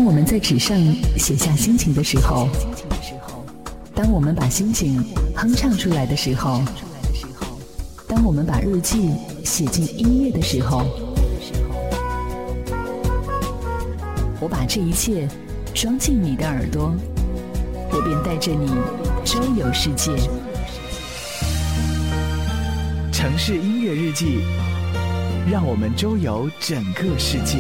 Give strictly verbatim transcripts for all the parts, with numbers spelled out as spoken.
当我们在纸上写下心情的时候，当我们把心情哼唱出来的时候，当我们把日记写进音乐的时候，我把这一切装进你的耳朵，我便带着你周游世界。 城市音乐日记，让我们周游整个世界。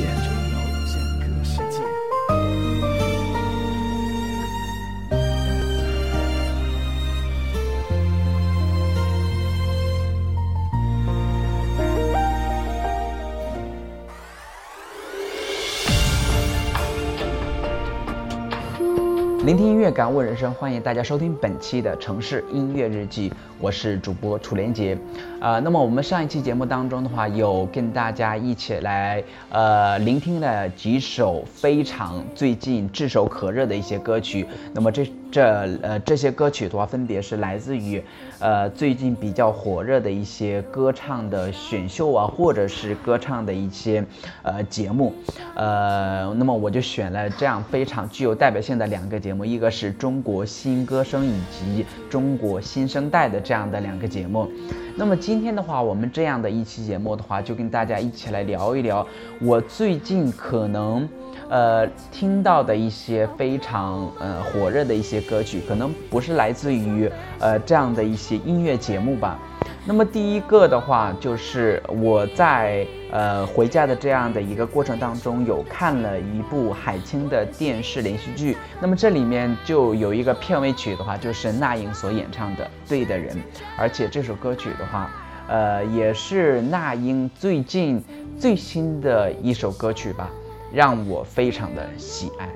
聆听音乐，感悟人生，欢迎大家收听本期的城市音乐日记，我是主播楚连杰。呃，那么我们上一期节目当中的话，有跟大家一起来呃聆听了几首非常最近炙手可热的一些歌曲。那么这这呃这些歌曲的话，分别是来自于呃最近比较火热的一些歌唱的选秀啊，或者是歌唱的一些呃节目。呃，那么我就选了这样非常具有代表性的两个节目，一个是中国新歌声以及中国新生代的这样的两个节目。那么今天的话，我们这样的一期节目的话，就跟大家一起来聊一聊我最近可能呃听到的一些非常呃火热的一些歌曲，可能不是来自于呃这样的一些音乐节目吧。那么第一个的话，就是我在呃回家的这样的一个过程当中，有看了一部海清的电视连续剧。那么这里面就有一个片尾曲的话，就是那英所演唱的《对的人》，而且这首歌曲的话，呃，也是那英最近最新的一首歌曲吧，让我非常的喜爱。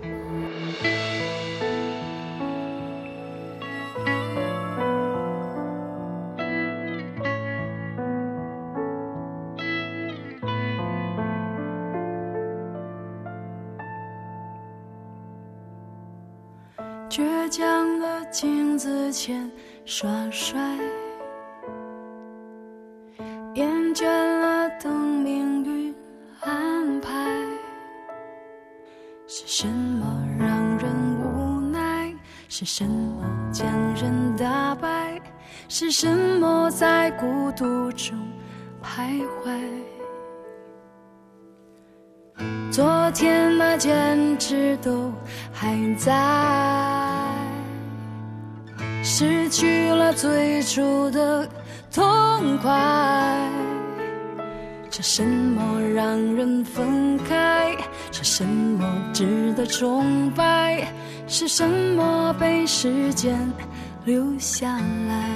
倔强的镜子前耍帅，厌倦了等命运安排。是什么让人无奈？是什么将人打败？是什么在孤独中徘徊？昨天那坚持都还在，失去了最初的痛快。这什么让人分开？是什么值得崇拜？是什么被时间留下来？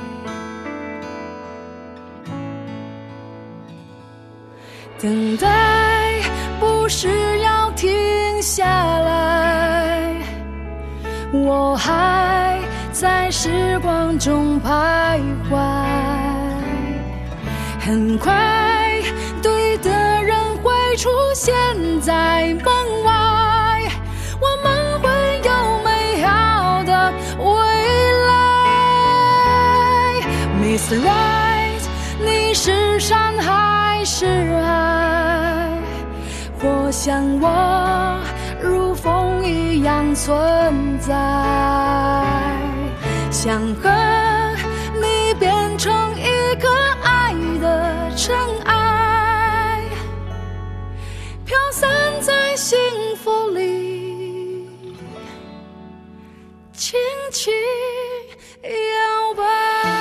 等待不是要停下来，我还在时光中徘徊。很快对的人会出现在门外，我们会有美好的未来。 Miss Right， 你是山还是海？或像我如风一样存在，想和你变成一个爱的尘埃，飘散在幸福里，轻轻摇摆。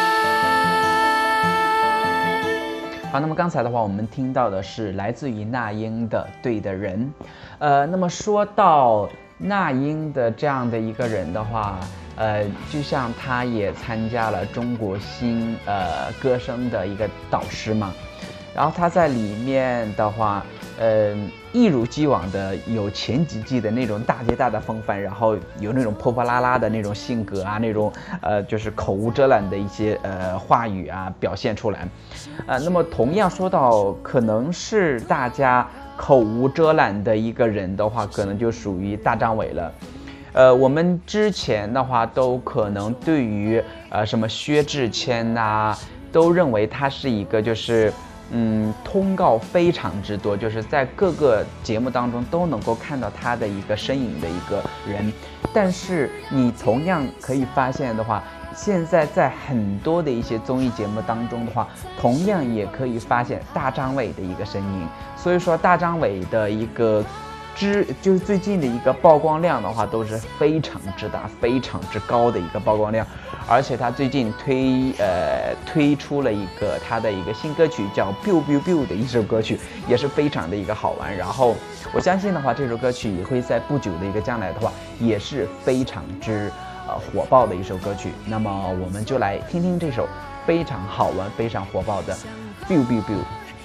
好，那么刚才的话，我们听到的是来自于那英的《对的人》。呃，那么说到那英的这样的一个人的话，呃，就像她也参加了中国新呃歌声的一个导师嘛，然后她在里面的话，呃，一如既往的有前几季的那种大姐大的风范，然后有那种泼泼辣辣的那种性格啊，那种呃就是口无遮拦的一些呃话语啊表现出来。呃，那么同样说到可能是大家口无遮拦的一个人的话，可能就属于大张伟了。呃，我们之前的话都可能对于呃什么薛之谦呐、啊，都认为他是一个就是嗯，通告非常之多，就是在各个节目当中都能够看到他的一个身影的一个人。但是你同样可以发现的话，现在在很多的一些综艺节目当中的话，同样也可以发现大张伟的一个身影。所以说大张伟的一个之就是最近的一个曝光量的话，都是非常之大、非常之高的一个曝光量。而且他最近推呃推出了一个他的一个新歌曲，叫 Biu Biu Biu 的一首歌曲，也是非常的一个好玩。然后我相信的话，这首歌曲也会在不久的一个将来的话，也是非常之呃火爆的一首歌曲。那么我们就来听听这首非常好玩、非常火爆的 Biu Biu Biu。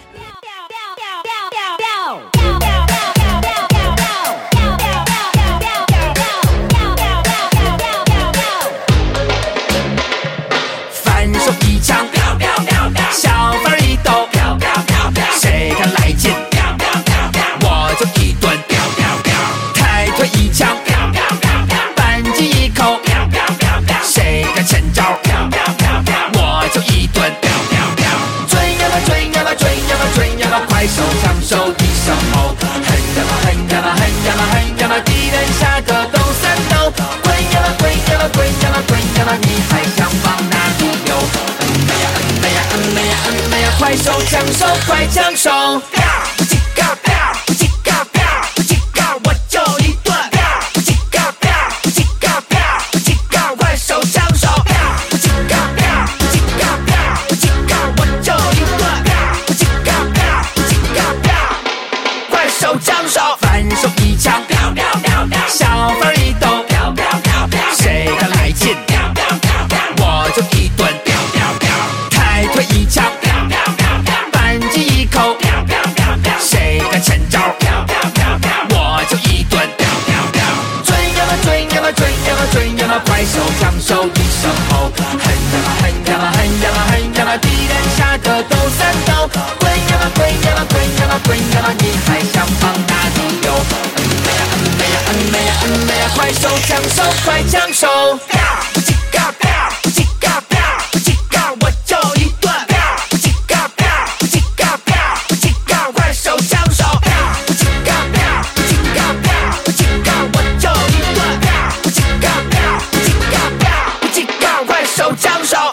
小范儿一抖，谁敢来劲，我就一顿；抬腿一枪，扳机一口，谁敢欠招，我就一顿。追呀啦追呀啦追呀啦追呀啦，快手抢手一声吼，狠呀啦狠呀啦狠呀啦狠呀啦，敌人下个抖三抖，滚呀啦滚呀啦滚呀啦滚呀啦，你还想往哪里游？嗯呀嗯呀，快手抢手，快抢手！不叽嘎不叽嘎不叽嘎，我就一顿！不叽嘎不叽嘎不叽嘎，快手抢手！不叽嘎不叽嘎不叽嘎，我就一顿！不叽嘎不叽嘎，快手抢手！反手一枪，小范儿一抖，谁敢来劲，我就一顿！抬腿一枪，扳机一口，谁敢欠招，我就一顿。追呀啦追呀啦追呀啦追呀啦，快手抢手一声吼，狠呀啦狠呀啦狠呀啦狠呀啦，敌人下个抖三抖，滚呀啦滚呀啦滚呀啦滚呀啦，你还想往哪里游？嗯呀嗯呀嗯呀嗯呀，快手抢手快抢手！不叽嘎不叽嘎不叽嘎，我就一顿！不叽嘎不叽嘎不叽嘎，快手抢手！不叽嘎不叽嘎不叽嘎，我就一顿！不叽嘎不叽嘎不叽嘎，快手抢手！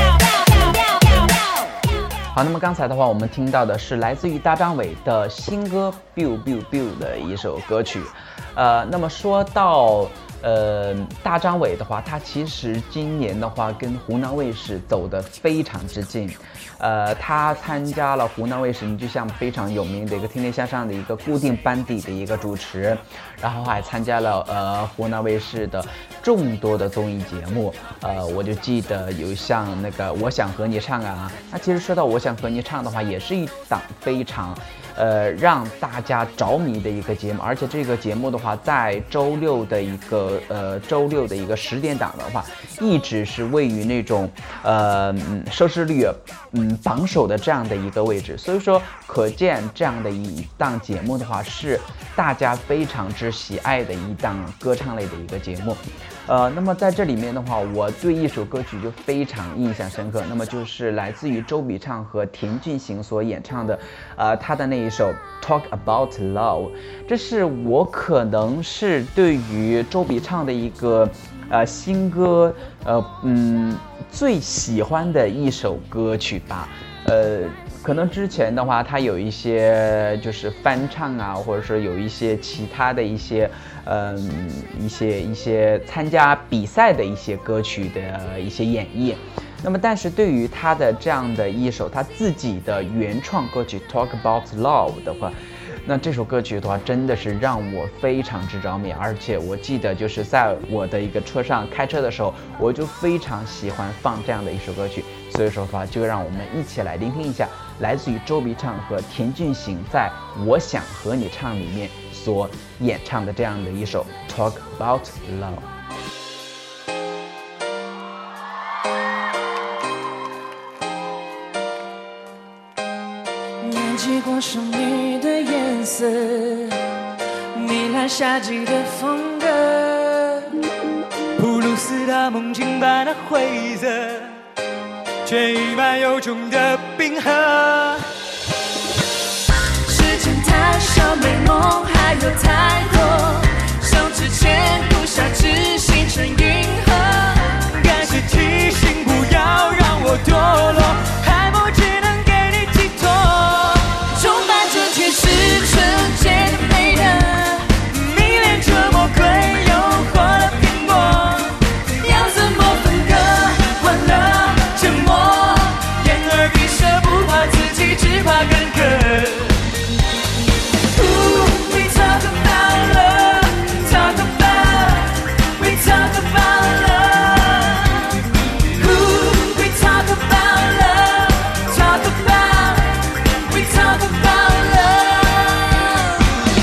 好，那么刚才的话，我们听到的是来自于大张伟的新歌 Biu Biu Biu 的一首歌曲。呃，那么说到呃大张伟的话，他其实今年的话跟湖南卫视走得非常之近。呃，他参加了湖南卫视，你就像非常有名的一个《天天向上》的一个固定班底的一个主持，然后还参加了呃湖南卫视的众多的综艺节目。呃，我就记得有像那个《我想和你唱》啊，那其实说到《我想和你唱》的话，也是一档非常呃让大家着迷的一个节目，而且这个节目的话，在周六的一个呃周六的一个十点档的话，一直是位于那种呃嗯收视率嗯榜首的这样的一个位置，所以说可见这样的一档节目的话，是大家非常之喜爱的一档歌唱类的一个节目。呃，那么在这里面的话，我对一首歌曲就非常印象深刻，那么就是来自于周笔畅和田浚行所演唱的，呃，他的那一首 Talk About Love， 这是我可能是对于周笔畅的一个呃新歌，呃嗯最喜欢的一首歌曲吧，呃。可能之前的话，他有一些就是翻唱啊，或者说有一些其他的一些，嗯，一些一些参加比赛的一些歌曲的一些演绎。那么，但是对于他的这样的一首他自己的原创歌曲《Talk About Love》的话，那这首歌曲的话，真的是让我非常之着迷，而且我记得就是在我的一个车上开车的时候，我就非常喜欢放这样的一首歌曲。所以说的话，就让我们一起来聆听一下来自于周笔畅和田浚行在《我想和你唱》里面所演唱的这样的一首 Talk About Love。 年纪过剩你的颜色，糜烂夏季的风格，普鲁斯的梦境般的灰色，却溢满由衷的冰河。 上美梦还有太多，像之前不下只形成银河。 感谢提醒，不要让我堕落，海梦只能给你寄托。 崇拜这天是纯洁的美的， 迷恋这魔鬼诱惑的苹果， 要怎么分割？欢乐沉默， 眼耳鼻舌不怕自己，只怕干渴。 We talk about love, talk about, we talk about love. Ooh, we talk about love, talk about, we talk about love.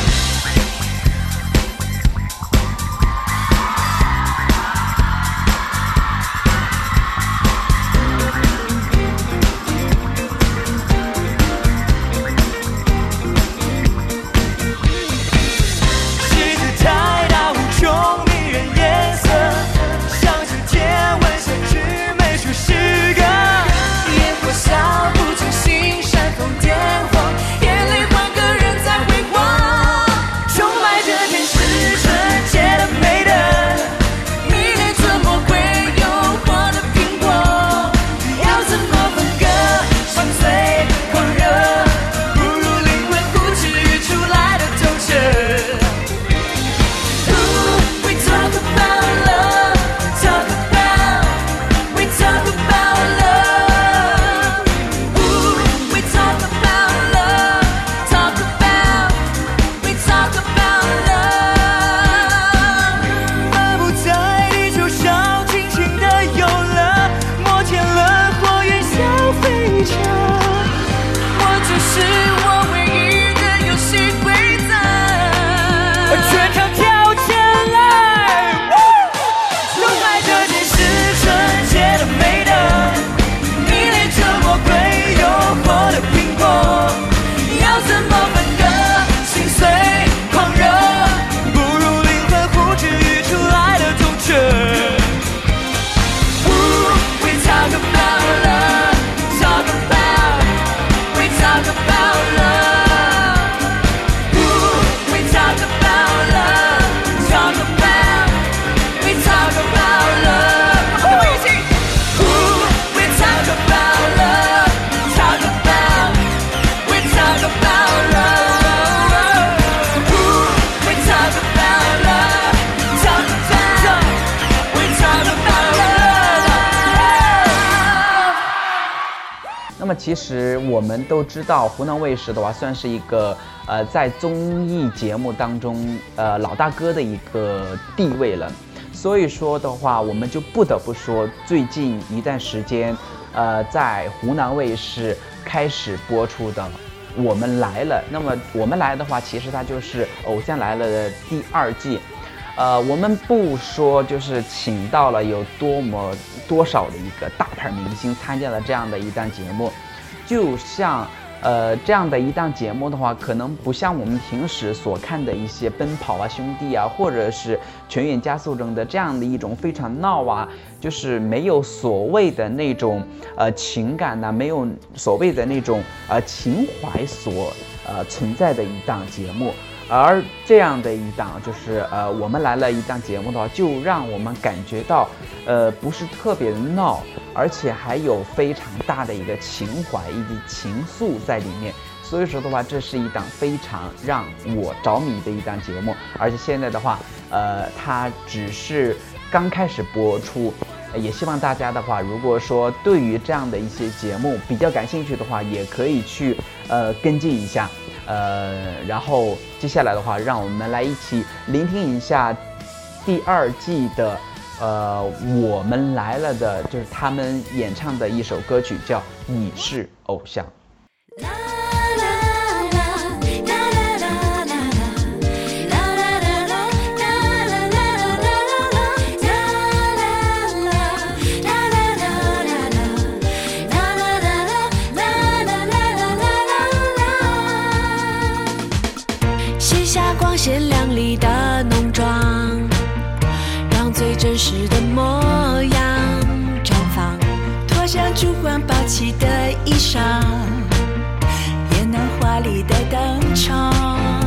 狮子太大，无穷迷人颜色，像是天文限制美术诗歌。 烟火笑不尽心，煽风点火，眼泪换个人再辉煌。 崇拜这天是纯洁的美的， 迷恋这魔鬼诱惑的苹果，要怎么分割？心碎狂热， 不如灵魂不治愈出来的透彻。 Ooh, we talk about love, talk about, we talk about love. Ooh, we talk about love, talk about, we talk about love. 漫步在地球上，尽情的游乐，摩天轮火焰小飞车。 我就是我唯一的游戏规则。 全场跳起来！崇拜这件是纯洁的美的， 迷恋这魔鬼诱惑的苹果，要怎么分割？心碎狂热， 不如灵魂互治愈出来的透彻。 Ooh, we talk about love, talk about, we talk about love. Ooh, we talk about love, talk about, we talk about love. 跟我一起。Ooh, we talk about love, talk about, we talk about love. Ooh, we talk about love, talk about, we talk about love. 那么其实我们都知道，湖南卫视的话算是一个呃在综艺节目当中呃老大哥的一个地位了。所以说的话，我们就不得不说，最近一段时间，呃，在湖南卫视开始播出的《我们来了》。那么《我们来了》的话，其实它就是《偶像来了》的第二季。呃，我们不说就是请到了有多么多少的一个大牌明星参加了这样的一档节目，就像呃这样的一档节目的话，可能不像我们平时所看的一些奔跑啊兄弟啊，或者是全员加速中的这样的一种非常闹啊，就是没有所谓的那种呃情感呐、啊，没有所谓的那种呃情怀所呃存在的一档节目。而这样的一档就是呃我们来了一档节目的话，就让我们感觉到呃不是特别的闹，而且还有非常大的一个情怀以及情愫在里面。所以说的话，这是一档非常让我着迷的一档节目。而且现在的话，呃它只是刚开始播出，也希望大家的话，如果说对于这样的一些节目比较感兴趣的话，也可以去呃跟进一下。呃，然后接下来的话，让我们来一起聆听一下第二季的呃我们来了的，就是他们演唱的一首歌曲，叫《你是偶像》。 光鲜亮丽的浓妆，让最真实的模样绽放，脱下珠环宝气的衣裳，也能华丽的登场。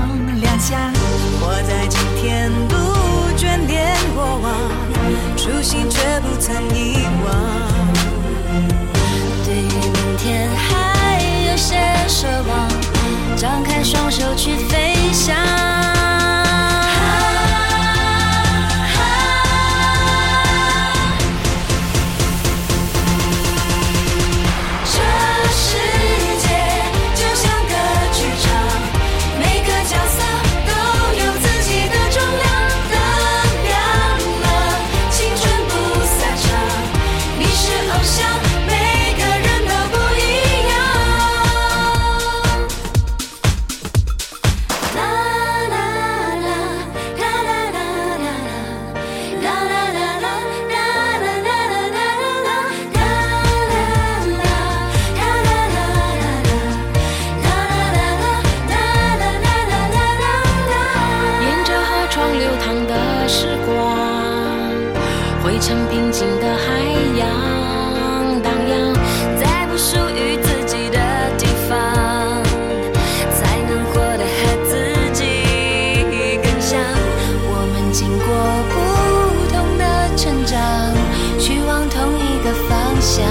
程平静的海洋，荡漾在不属于自己的地方，才能活得和自己更像。我们经过不同的成长，去往同一个方向。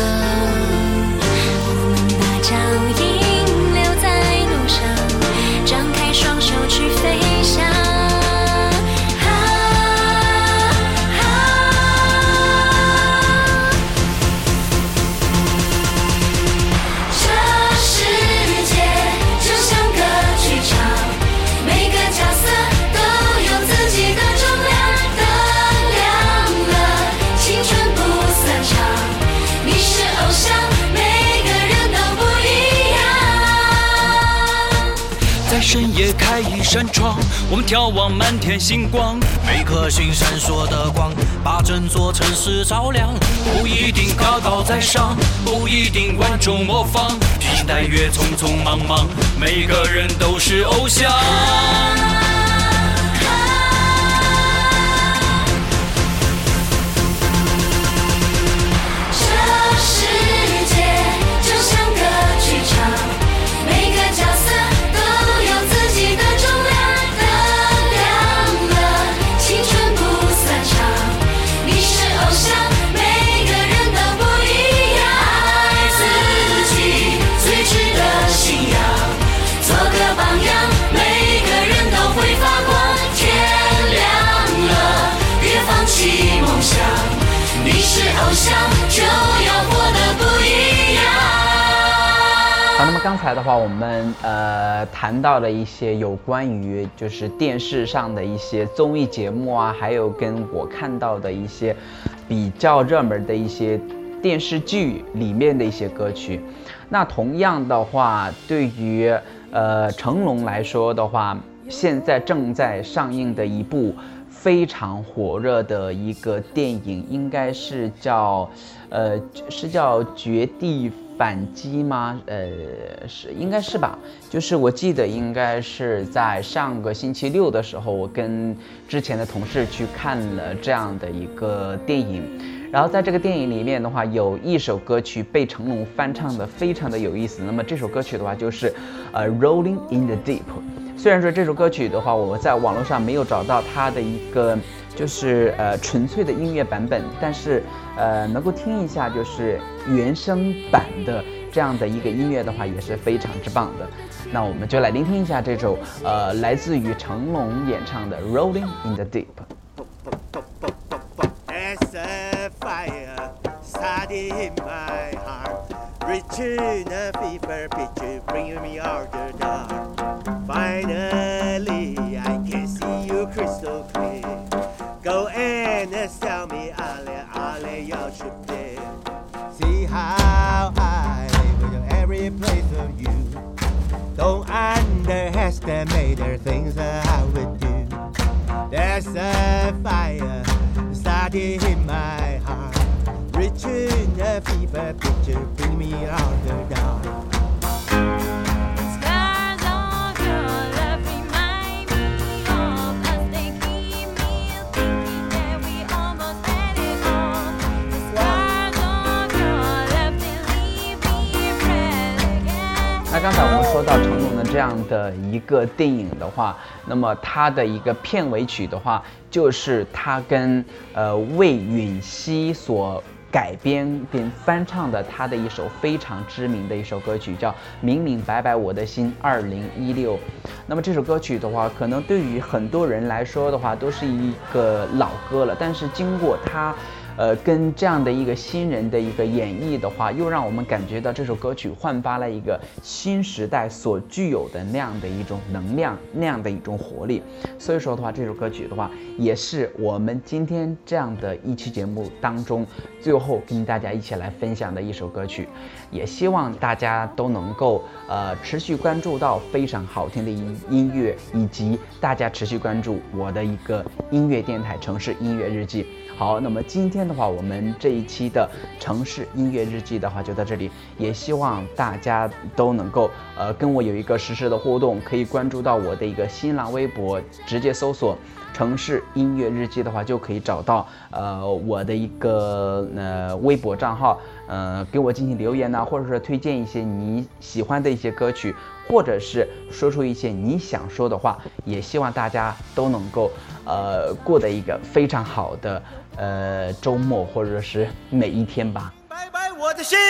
我们把脚印留在路上，张开双手去飞翔。 深夜开一扇窗，我们眺望满天星光，每颗星闪烁的光，把整座城市照亮。不一定高高在上，不一定万众模仿，时代越匆匆忙忙，每个人都是偶像。 这世界就像个剧场，每个角色偶像就要活得不一样。 好，那么刚才的话，我们呃谈到了一些有关于就是电视上的一些综艺节目啊，还有跟我看到的一些比较热门的一些电视剧里面的一些歌曲。那同样的话，对于呃成龙来说的话，现在正在上映的一部非常火热的一个电影，应该是叫，呃，是叫《绝地反击》吗？呃，是，应该是吧。就是我记得应该是在上个星期六的时候，我跟之前的同事去看了这样的一个电影。然后在这个电影里面的话，有一首歌曲被成龙翻唱的非常的有意思。那么这首歌曲的话，就是呃《Rolling in the Deep》。虽然说这首歌曲的话，我在网络上没有找到它的一个就是呃纯粹的音乐版本，但是呃能够听一下就是原声版的这样的一个音乐的话，也是非常之棒的。那我们就来聆听一下这首呃来自于成龙演唱的《Rolling in the Deep》。 In my heart, reaching a fever pitch, bringing me out the dark. Finally, I can see you crystal clear. Go and tell me, Ale, Ale, you should be. See how I live in every place of you. Don't underestimate the things that I would do. There's a fire starting in my heart.Reaching a fever picture, bring me out the dark. Scars of your love remind me of us. They keep me thinking that we almost had it all. The scars of your love, they leave me red again. 那刚才我们说到成龙的这样的一个电影的话，那么它的一个片尾曲的话，就是他跟呃魏允熙所改编并翻唱的他的一首非常知名的一首歌曲，叫《明明白白我的心》二零一六。那么这首歌曲的话，可能对于很多人来说的话，都是一个老歌了，但是经过他呃，跟这样的一个新人的一个演绎的话，又让我们感觉到这首歌曲焕发了一个新时代所具有的那样的一种能量，那样的一种活力。所以说的话，这首歌曲的话，也是我们今天这样的一期节目当中最后跟大家一起来分享的一首歌曲。也希望大家都能够呃持续关注到非常好听的音音乐，以及大家持续关注我的一个音乐电台城市音乐日记。好，那么今天的话，我们这一期的城市音乐日记的话就到这里，也希望大家都能够呃跟我有一个实时的互动，可以关注到我的一个新浪微博，直接搜索城市音乐日记的话，就可以找到呃我的一个呃微博账号，呃给我进行留言呐、啊，或者说推荐一些你喜欢的一些歌曲，或者是说出一些你想说的话，也希望大家都能够呃过得一个非常好的呃周末，或者是每一天吧。 拜拜我的心，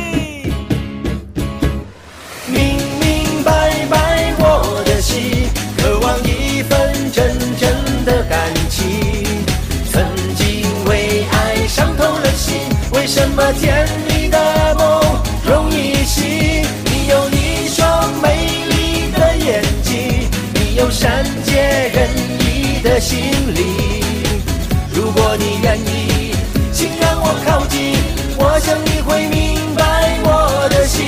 明明白白我的心，渴望一份真正的感情。曾经为爱伤透了心，为什么甜蜜的梦容易醒？你有一双美丽的眼睛，你有善解人意的心灵。如果你愿意，请让我靠近，我想你会明白我的心。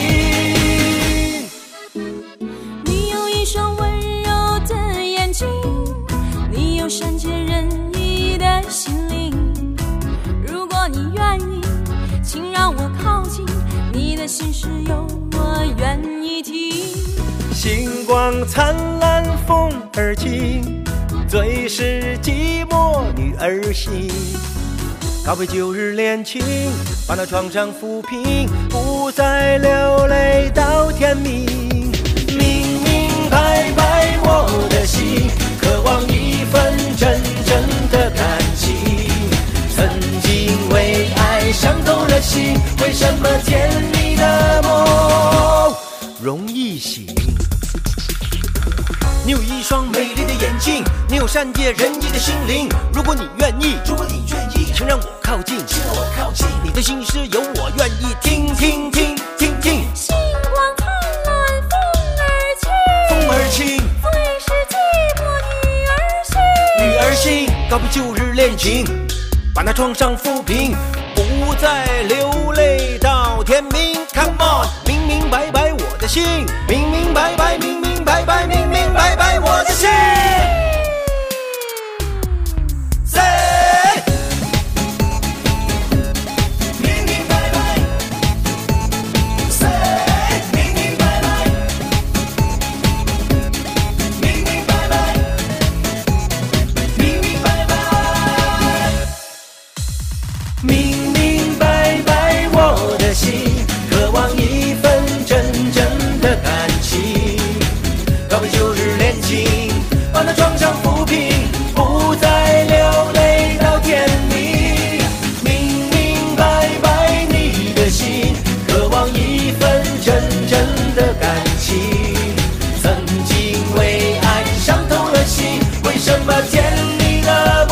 你有一双温柔的眼睛，你有善解人意的心灵。如果你愿意，请让我靠近，你的心事有我愿意听。 星光灿烂风儿轻，最是寂寞女儿心。告别旧日恋情，把那创伤抚平，不再流泪到天明。明明白白我的心，渴望一份真正的感情。曾经为爱伤透了心，为什么甜蜜的梦容易醒？你有一双美丽的眼睛，你有善解人意的心灵。如果你愿意，如果你愿意，请让我靠近，请让我靠近。你的心事有我愿意听，听听听听。 星光灿烂风儿轻， 风儿轻， 最是寂寞女儿心。 女儿心，告别旧日恋情，把那创伤抚平，不再流泪到天明。Come on， 明明白白我的心，明明白白，明明白白，明明白白我的心。Say， 明明白白 ，Say， 明明白白，明明白白，明明白白，明明白白我的心，渴望一份真正的感情。告别旧日恋情，把那创伤抚平，不再流泪到天明。明明白白你的心，渴望一份真正的感情。曾经为爱伤透了心，为什么甜蜜的